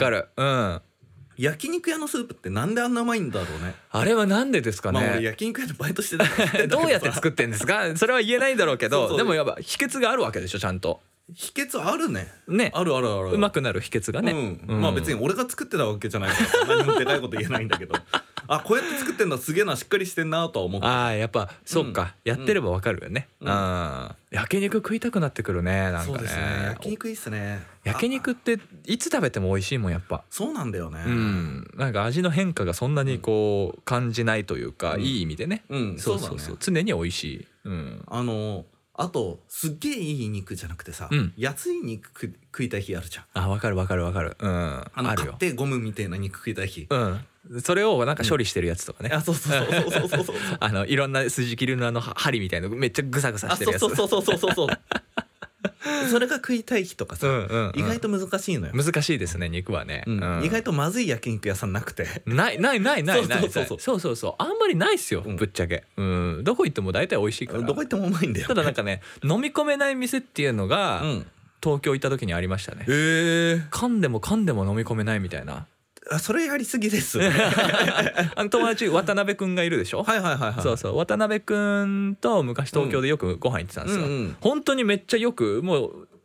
焼肉屋のスープってなんであんなうまいんだろうね。 あれはなんでですかね。 俺焼肉屋でバイトしてたからどうやって作ってんですか。それは言えないんだろうけど、でもやっぱ秘訣があるわけでしょ、ちゃんと。 秘訣あるね。ある。 うまくなる秘訣がね。 別に俺が作ってたわけじゃないから何もでかいこと言えないんだけどこうやって作ってんだ、すげえな、しっかりしてんなとは思って。 やっぱそっか、やってればわかるよね。焼肉食いたくなってくるね。なんかね。 そうですね。焼肉いいっすね。 焼肉っていつ食べても美味しいもん、やっぱ。 そうなんだよね。 なんか味の変化がそんなに感じないというか、いい意味でね。そう常に美味しい。 あとすっげえいい肉じゃなくてさ、安い肉食いたい日あるじゃん。 わかる。あるよ。 買ってゴムみたいな肉食いたい日。 それをなんか処理してるやつとかね。 そういろんな筋切りの針みたいなめっちゃグサグサしてるやつ。 そうそれが食いたい日とかさ、意外と難しいのよ。 難しいですね、肉はね。 意外とまずい焼肉屋さんなくて。 ないそうあんまりないっすよ、ぶっちゃけ。どこ行っても大体美味しいから。 どこ行ってもうまいんだよ。 ただなんかね、飲み込めない店っていうのが東京行った時にありましたね。噛んでも飲み込めないみたいな。 それやりすぎです友達渡辺くんがいるでしょ。そう渡辺くんと昔東京でよくご飯行ってたんですよ。本当にめっちゃよくもう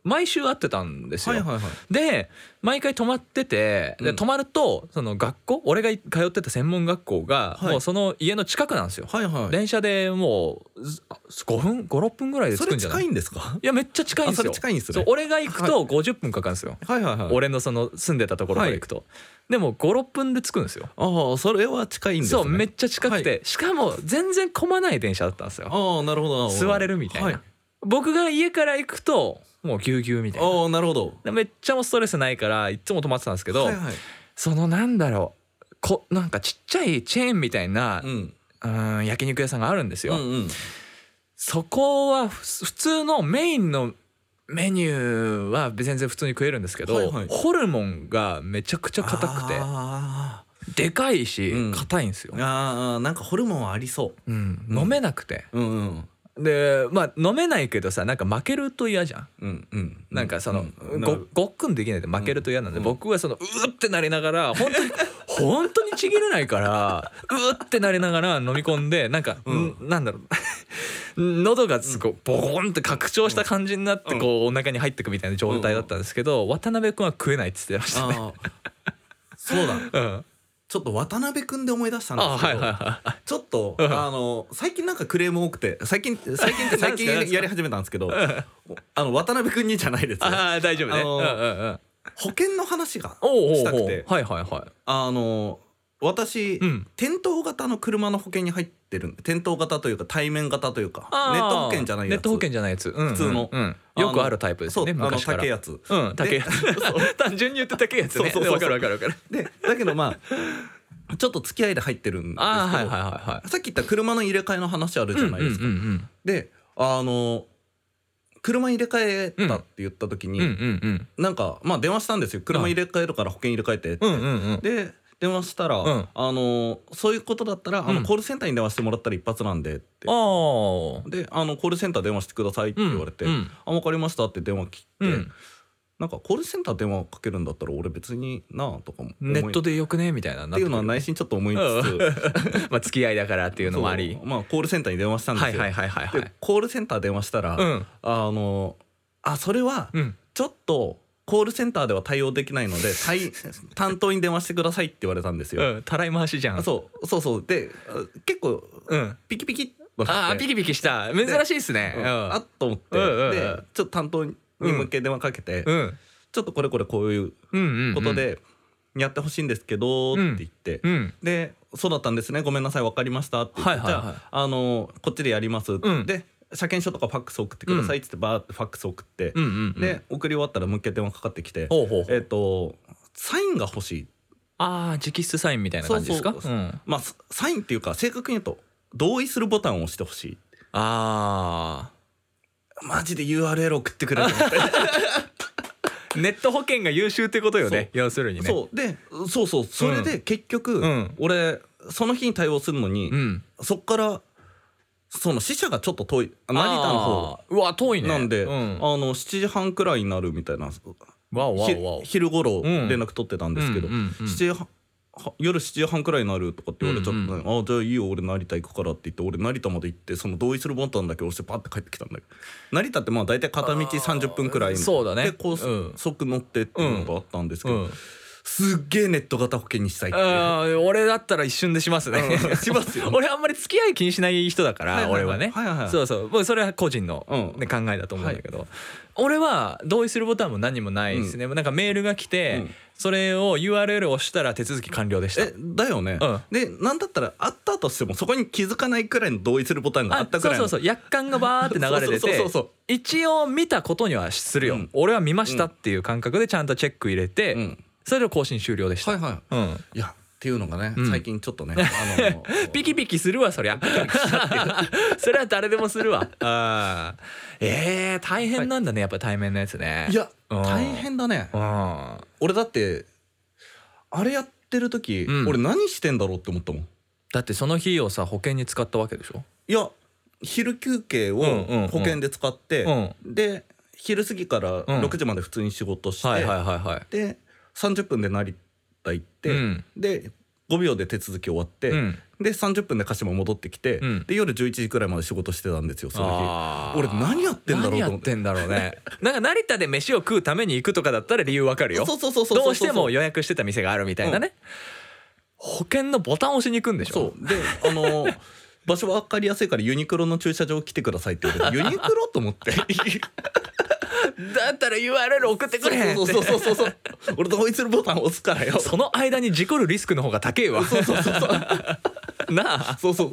毎週会ってたんですよ、 はいはいはい、 で毎回泊まってて、で泊まるとその学校、俺が通ってた専門学校がもうその家の近くなんですよ、はいはい、電車でもう5分5、6分ぐらいで着くんじゃない？ それ近いんですか？ いやめっちゃ近いんですよ。 それ近いんですね。 そう俺が行くと50分かかるんですよ、はいはいはいはい、俺のその住んでたところから行くと、はい、でも5、6分で着くんですよ。 ああ、それは近いんですね。 そうめっちゃ近くて、はい、しかも全然混まない電車だったんですよ。 ああ、なるほど。 座れるみたいな、はい、僕が家から行くともうぎゅうぎゅうみたいな。 ああ、なるほど。 めっちゃもうストレスないからいつも泊まってたんですけど、はいはい、そのなんだろう、なんかちっちゃいチェーンみたいな、焼肉屋さんがあるんですよ、うんうん、そこは普通のメインのメニューは全然普通に食えるんですけど、はいはい、ホルモンがめちゃくちゃ硬くてでかいし硬いんですよ、 なんかホルモンはありそう、 飲めなくて、でまあ飲めないけどさ、なんか負けると嫌じゃん、なんかその、ごっくんできないで負けると嫌なんで、僕はそのってなりながら本当にちぎれないからってなりながら飲み込んで、なんか、なんだろう喉がすごいボコンって拡張した感じになってこうお腹に入ってくみたいな状態だったんですけど、渡辺君は食えないって言ってましたね。 そうだ、ちょっと渡辺君で思い出したんですけど、ちょっと最近なんかクレーム多くて、最近やり始めたんですけど、渡辺君にじゃないですよ。 あ、大丈夫ね。 保険の話がしたくて、私、転倒型の車の保険に入ってるんで、転倒型というか対面型というかネット保険じゃないやつ、 ネット保険じゃないやつ、 普通の、 よくあるタイプですね、昔から。 高いやつ、 高いやつ、単純に言って高いやつね。わかるわかるわかる。 でだけどまあちょっと付き合いで入ってるんですけど、さっき言った車の入れ替えの話あるじゃないですか。で車入れ替えたって言った時に、なんかまあ電話したんですよ。車入れ替えるから保険入れ替えてって。で電話したら、そういうことだったらコールセンターに電話してもらったら一発なんでって。でコールセンター電話してくださいって言われて、分かりましたって電話切って、なんかコールセンター電話かけるんだったら俺別になあとかもネットでよくねみたいなっていうのは内心ちょっと思いつつまあ付き合いだからっていうのもあり、 まあコールセンターに電話したんですよ。でコールセンター電話したら、それはちょっとコールセンターでは対応できないので担当に電話してくださいって言われたんですよ。 たらい回しじゃん。 そうで結構ピキピキピキピキした珍しいっすね。 あっと思ってでちょっと担当に向け電話かけて、ちょっとこれこういうことでやってほしいんですけどって言って、でそうだったんですね、ごめんなさい分かりましたって言って、じゃあこっちでやります、で車検証とかファックス送ってくださいっつってバーってファックス送って、で送り終わったらもう一回電話かかってきて、サインが欲しい。 直筆サインみたいな感じですか？ まあサインっていうか正確に言うと同意するボタンを押してほしい。マジで URL 送ってくれるネット保険が優秀ってことよね、要するにね。 それで結局、俺その日に対応するのに、そっからその支社がちょっと遠い成田の方、 うわ遠いね。 なんで、7時半くらいになるみたいな、昼頃連絡取ってたんですけど、夜7時半くらいになるとかって言われちゃって、じゃあいいよ俺成田行くからって言って、俺成田まで行ってその同意するボタンだけ押してパッて帰ってきたんだけど、成田ってまあ大体片道30分くらいで高速乗ってっていうのがあったんですけど、すっげえネット型保険にしたいっていう。 俺だったら一瞬でしますね。 しますよ。 俺あんまり付き合い気にしない人だから、俺はね。そうそれは個人の考えだと思うんだけど、俺は同意するボタンも何もないですね。なんかメールが来て、それを URL を押したら手続き完了でした。 だよね。でなんだったらあったとしてもそこに気づかないくらいの同意するボタンがあったくらいの。 約款がバーって流れてて、一応見たことにはするよ。俺は見ましたっていう感覚でちゃんとチェック入れて、それで更新終了でした。いやっていうのがね、最近ちょっとねピキピキするわそりゃ。それは誰でもするわ。大変なんだね、やっぱ対面のやつね。 いや大変だね。俺だってあれやってる時、俺何してんだろうって思ったもん。 だってその日をさ保険に使ったわけでしょ。 いや昼休憩を保険で使って、で昼過ぎから6時まで普通に仕事して、で30分で成田行って、で 5秒で手続き終わって、で30分で鹿島戻ってきて、で夜11時くらいまで仕事してたんですよその日。俺何やってんだろうと思って。 何やってんだろうねなんか成田で飯を食うために行くとかだったら理由わかるよ。どうしても予約してた店があるみたいなね、保険のボタン押しに行くんでしょ。 そうで場所分かりやすいからユニクロの駐車場来てくださいって言われてユニクロと思ってだったら URL 送ってくれって。 そう俺同意するボタン押すからよ。 その間に事故るリスクの方が高いわなあそう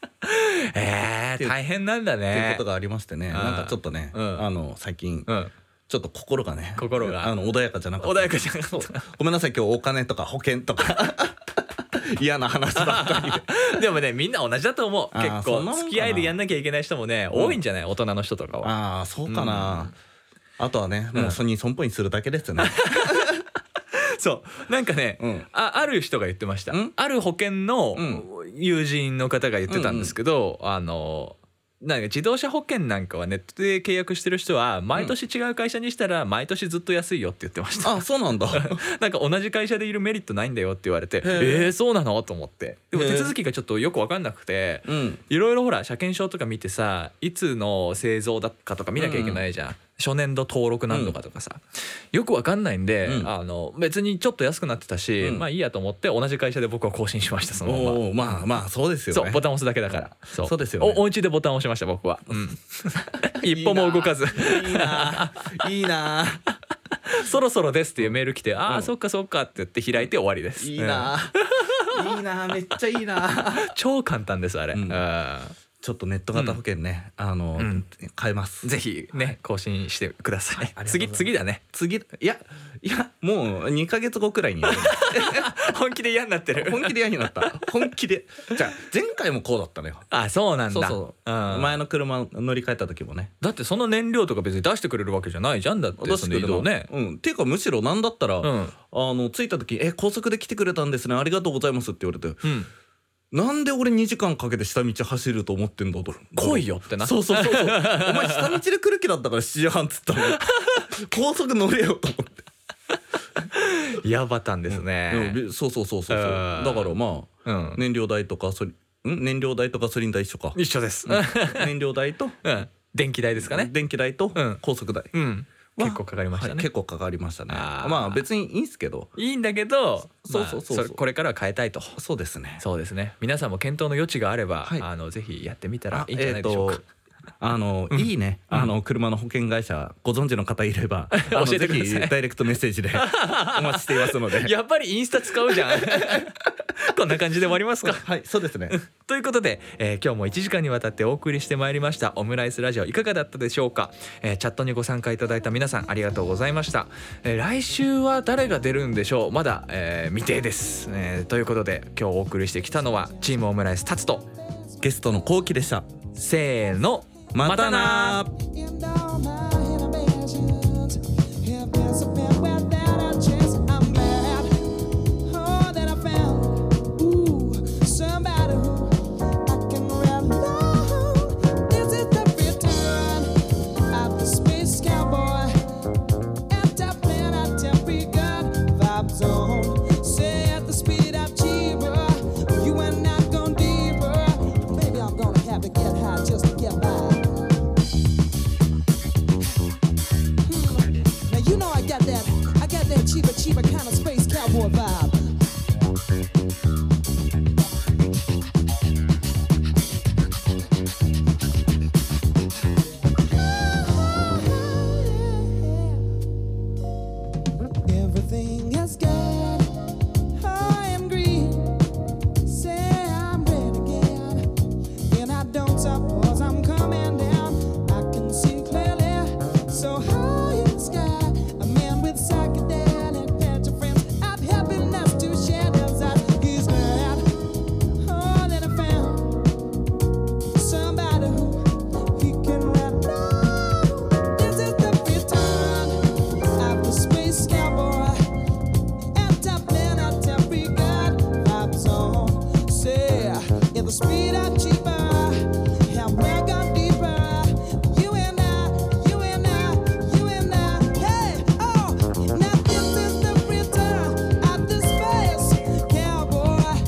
大変なんだねっていうことがありましてね。なんかちょっとね、最近、ちょっと心が穏やかじゃなかった。 穏やかじゃなかった。 ごめんなさい今日お金とか保険とか嫌な話ばっかりでもねみんな同じだと思う。結構付き合いでやんなきゃいけない人もね多いんじゃない、大人の人とかは。 そうかな、あとはねもうソニー損保にするだけですよねそうなんかね、ある人が言ってました。ある保険の友人の方が言ってたんですけど、なんか自動車保険なんかはネットで契約してる人は毎年違う会社にしたら毎年ずっと安いよって言ってました。 あ、そうなんだなんか同じ会社でいるメリットないんだよって言われて、そうなのと思って。でも手続きがちょっとよく分かんなくて、いろいろほら車検証とか見てさ、いつの製造だかとか見なきゃいけないじゃん、初年度登録何度かとかさ、よく分かんないんで、別にちょっと安くなってたし、まあいいやと思って同じ会社で僕は更新しました。そのまあそうですよね。 そうボタン押すだけだから。 そうですよね。 お家でボタン押しました僕は。一歩も動かず。 いいなそろそろですっていうメール来て、そっかそっかって言って開いて終わりです。 いいないいなめっちゃいいな超簡単ですあれ。 ちょっとネット型保険ね、変えます。 ぜひね更新してください。次だね。 いやもう2ヶ月後くらいに本気で嫌になってる。 本気で嫌になった本気で。じゃあ前回もこうだったのよ。 そうなんだ。 前の車乗り換えた時もね。 だってその燃料とか別に出してくれるわけじゃないじゃん。だってその移動ね。 っていうかむしろなんだったら着いた時高速で来てくれたんですねありがとうございますって言われて、なんで俺2時間かけて下道走ると思ってんだと。 来いよってな。 そうお前下道で来る気だったから7時半っつったの高速乗れよと思ってヤバタンですね。 そうだからまあ燃料代とか燃料代とガソリン代一緒か。 一緒です。 燃料代と電気代ですかね。 電気代と高速代結構かかりましたね。 結構かかりましたね。まあ別にいいんすけど。 いいんだけど、 そうこれからは変えたいと。 そうですね。 そうですね。皆さんも検討の余地があれば、ぜひやってみたらいいんじゃないでしょうか。 いいね、車の保険会社ご存知の方いれば教えてください。 ぜひダイレクトメッセージでお待ちしていますので。 やっぱりインスタ使うじゃんこんな感じで終わりますか。 はい、そうですねということで、今日も1時間にわたってお送りしてまいりましたオムライスラジオいかがだったでしょうか。チャットにご参加いただいた皆さんありがとうございました。来週は誰が出るんでしょう。まだ、未定です、ということで今日お送りしてきたのはチームオムライスタツとゲストのコウキでした。 せーの、またな。 Cheaper kind of space cowboy vibe. Everything is good. I am green. Say I'm red again. And I don't suppose I'm coming down. I can see clearly. So high in the sky. A man with psychedelic. Happiness to share his eyes. He's glad, that I found somebody who he can rap now. This is the return of the space cowboy. And top man at every god vibes on. Say, if the speed are cheaper, have we gone deeper? You and I, you and I, you and I. Hey, oh, now this is the return. Cowboy.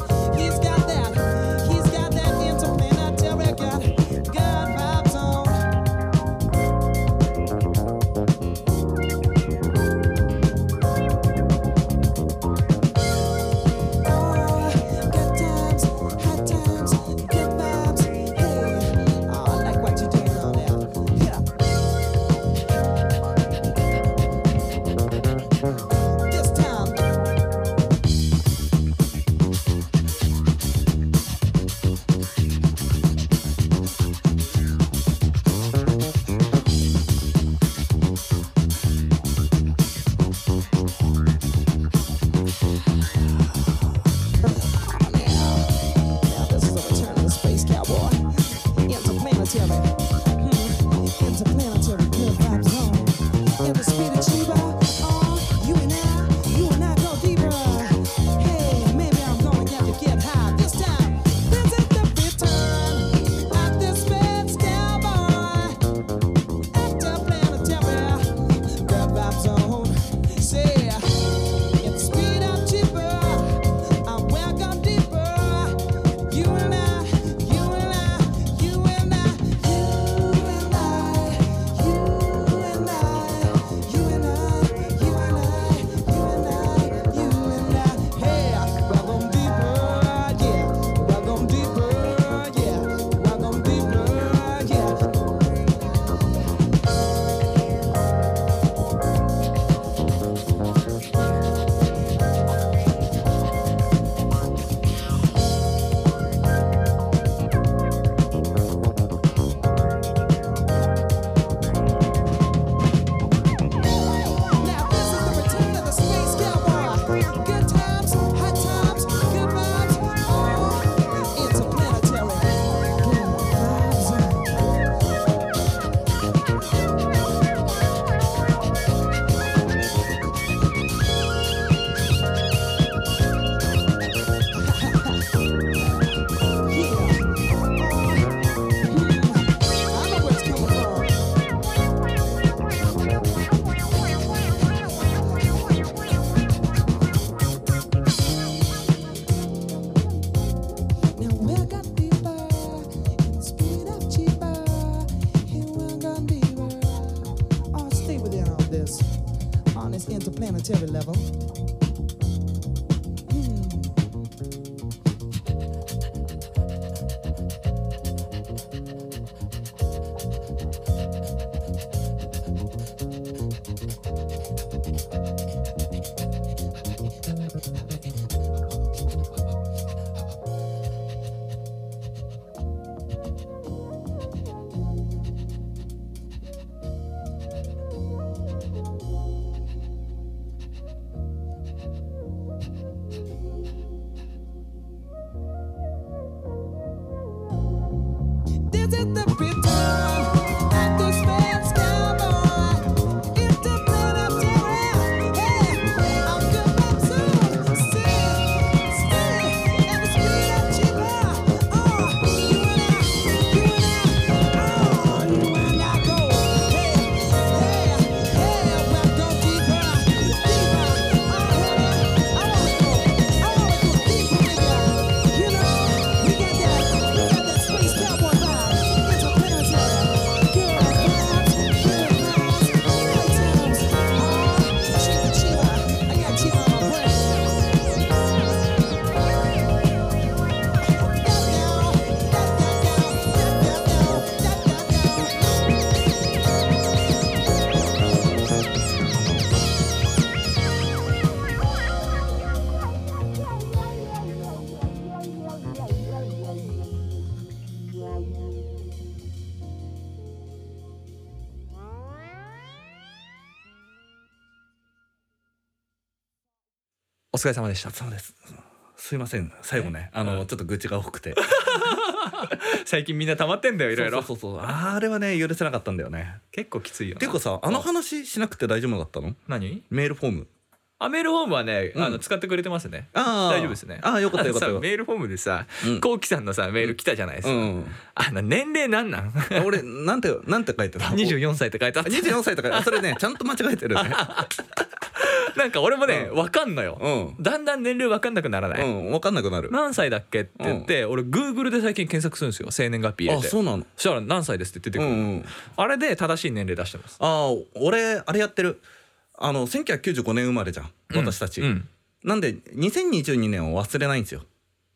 interplanetary level. お疲れ様でした。 そうです。すいません、最後ね、ちょっと愚痴が多くて最近みんな溜まってんだよ、いろいろ。 そうあれはね許せなかったんだよね。 結構きついよな。 ていうかさ、話しなくて大丈夫だったの？ 何？ メールフォーム。 メールフォームはね、使ってくれてますね。大丈夫ですね。 よかったよかった。 メールフォームでさ、こうきさんのさメール来たじゃないですか。年齢なんなん？ 俺なんて書いてた ？24歳って書いてあった。 24歳とかそれねちゃんと間違えてるね。 なんか俺もね分かんのよ。だんだん年齢分かんなくならない？ 分かんなくなる。 何歳だっけって言って俺 Google で最近検索するんですよ、生年月日入れて。 そうなの？ そしたら何歳ですって出てくる。あれで正しい年齢出してます。 俺あれやってる。1995年生まれじゃん私たち。なんで2022年を忘れないんですよ。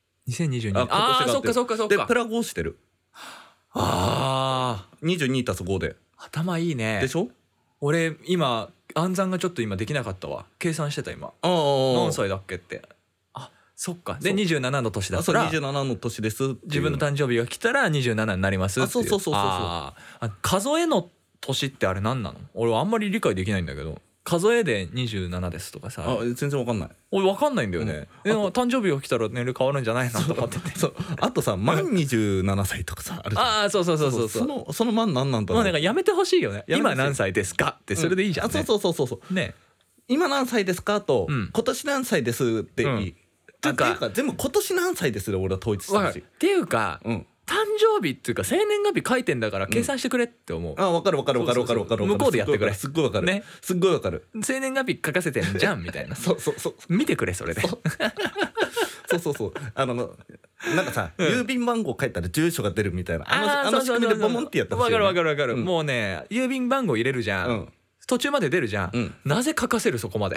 2022年。そっかそっかそっか。 でプラ5してる。22足す5で。 頭いいね。 でしょ？ 俺今暗算がちょっと今できなかったわ。計算してた今。何歳だっけって。そっか。で27の年だったら。 27の年です。 自分の誕生日が来たら27になりますっていう。 そう。 数えの年ってあれ何なの？俺はあんまり理解できないんだけど。数えで27ですとかさ。 全然わかんない。 俺わかんないんだよね。誕生日が来たら年齢変わるんじゃないのと思ってて。 あとさ満27歳とかさあるじゃん。 そうその満何なんだろう。 なんかやめてほしいよね。今何歳ですかってそれでいいじゃんね。 そうね。今何歳ですかと今年何歳ですっていい。っていうか全部今年何歳ですで俺は統一してほしい。 っていうか誕生日っていうか生年月日書いてんだから計算してくれって思う。 わかる向こうでやってくれ。 すっごいわかるね。すっごいわかる。 生年月日書かせてんじゃんみたいな。 そう見てくれそれで。 そうなんかさ、郵便番号書いたら住所が出るみたいなあの仕組みでボモンってやったらしいよね。 わかる、もうね郵便番号入れるじゃん、途中まで出るじゃん、なぜ書かせるそこまで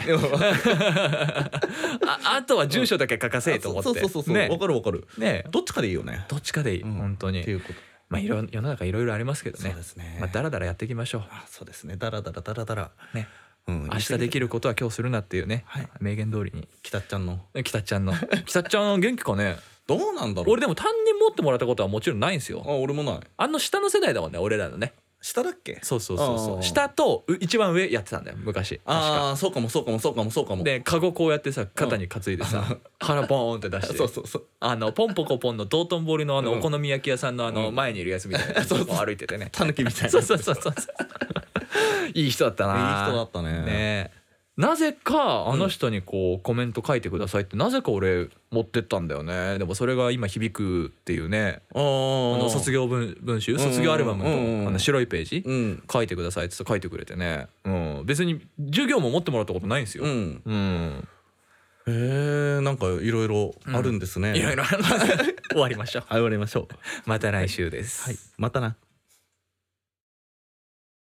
あとは住所だけ書かせと思って。 そうわかるね、どっちかでいいよね。 どっちかでいい、本当にっていうこと。まあ世の中いろいろありますけどね。そうですね。まあダラダラやっていきましょう。 そうですね。ダラダラね。明日できることは今日するなっていうね、名言通りに。 きたっちゃんの元気かね。 どうなんだろう。 俺でも担任持ってもらったことはもちろんないんですよ。 俺もない。 下の世代だもんね、俺らのね。 下だっけ。 そう下と一番上やってたんだよ昔。 そうかも。 でカゴこうやってさ肩に担いでさ腹ポーンって出してポンポコポンの道頓堀のお好み焼き屋さんの前にいるやつみたいな歩いててね、 タヌキみたいな。 そういい人だったな。 いい人だったね。 なぜかあの人にこうコメント書いてくださいってなぜか俺持ってったんだよね。でもそれが今響くっていうね、卒業文集、卒業アルバムと白いページ書いてくださいって書いてくれてね、別に授業も持ってもらったことないんですよ。 なんかいろいろあるんですね。 いろいろ終わりましょう。 終わりましょう。 また来週です。 またな。